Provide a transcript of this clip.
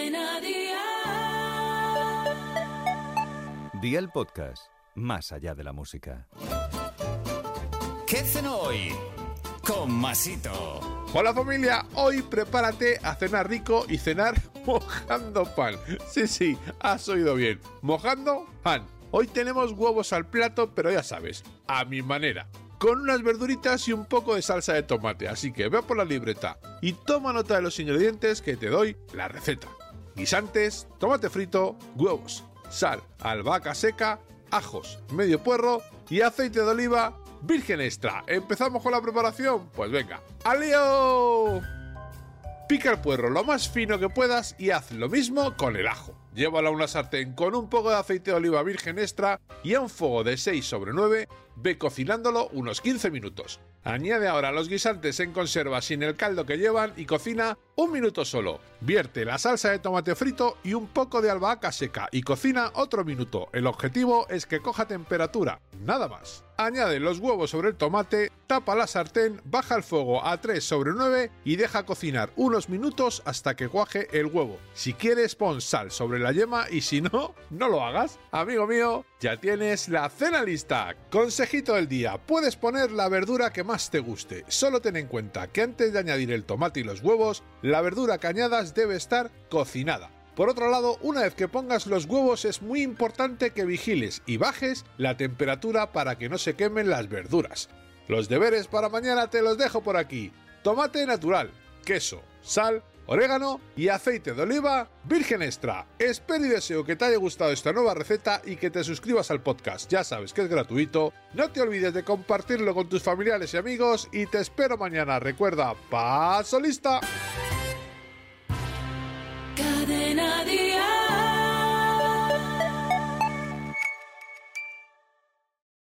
Cadena Dial. Dial Podcast, más allá de la música. ¿Qué cenó hoy? Con Masito. Hola familia, hoy prepárate a cenar rico y cenar mojando pan. Sí, has oído bien, mojando pan. Hoy tenemos huevos al plato, pero ya sabes, a mi manera, con unas verduritas y un poco de salsa de tomate. Así que ve por la libreta y toma nota de los ingredientes que te doy la receta. Guisantes, tomate frito, huevos, sal, albahaca seca, ajos, medio puerro y aceite de oliva virgen extra. ¿Empezamos con la preparación? Pues venga, ¡al lío! Pica el puerro lo más fino que puedas y haz lo mismo con el ajo. Llévalo a una sartén con un poco de aceite de oliva virgen extra y a un fuego de 6/9 ve cocinándolo unos 15 minutos. Añade ahora los guisantes en conserva sin el caldo que llevan y cocina un minuto solo. Vierte la salsa de tomate frito y un poco de albahaca seca y cocina otro minuto. El objetivo es que coja temperatura, nada más. Añade los huevos sobre el tomate, tapa la sartén, baja el fuego a 3/9 y deja cocinar unos minutos hasta que cuaje el huevo. Si quieres pon sal sobre la yema y si no, no lo hagas. Amigo mío, ya tienes la cena lista. Consejito del día, puedes poner la verdura que más te guste. Solo ten en cuenta que antes de añadir el tomate y los huevos, la verdura que añadas debe estar cocinada. Por otro lado, una vez que pongas los huevos es muy importante que vigiles y bajes la temperatura para que no se quemen las verduras. Los deberes para mañana te los dejo por aquí. Tomate natural, queso, sal, orégano y aceite de oliva virgen extra. Espero y deseo que te haya gustado esta nueva receta y que te suscribas al podcast. Ya sabes que es gratuito. No te olvides de compartirlo con tus familiares y amigos y te espero mañana. Recuerda, paso lista. Cadena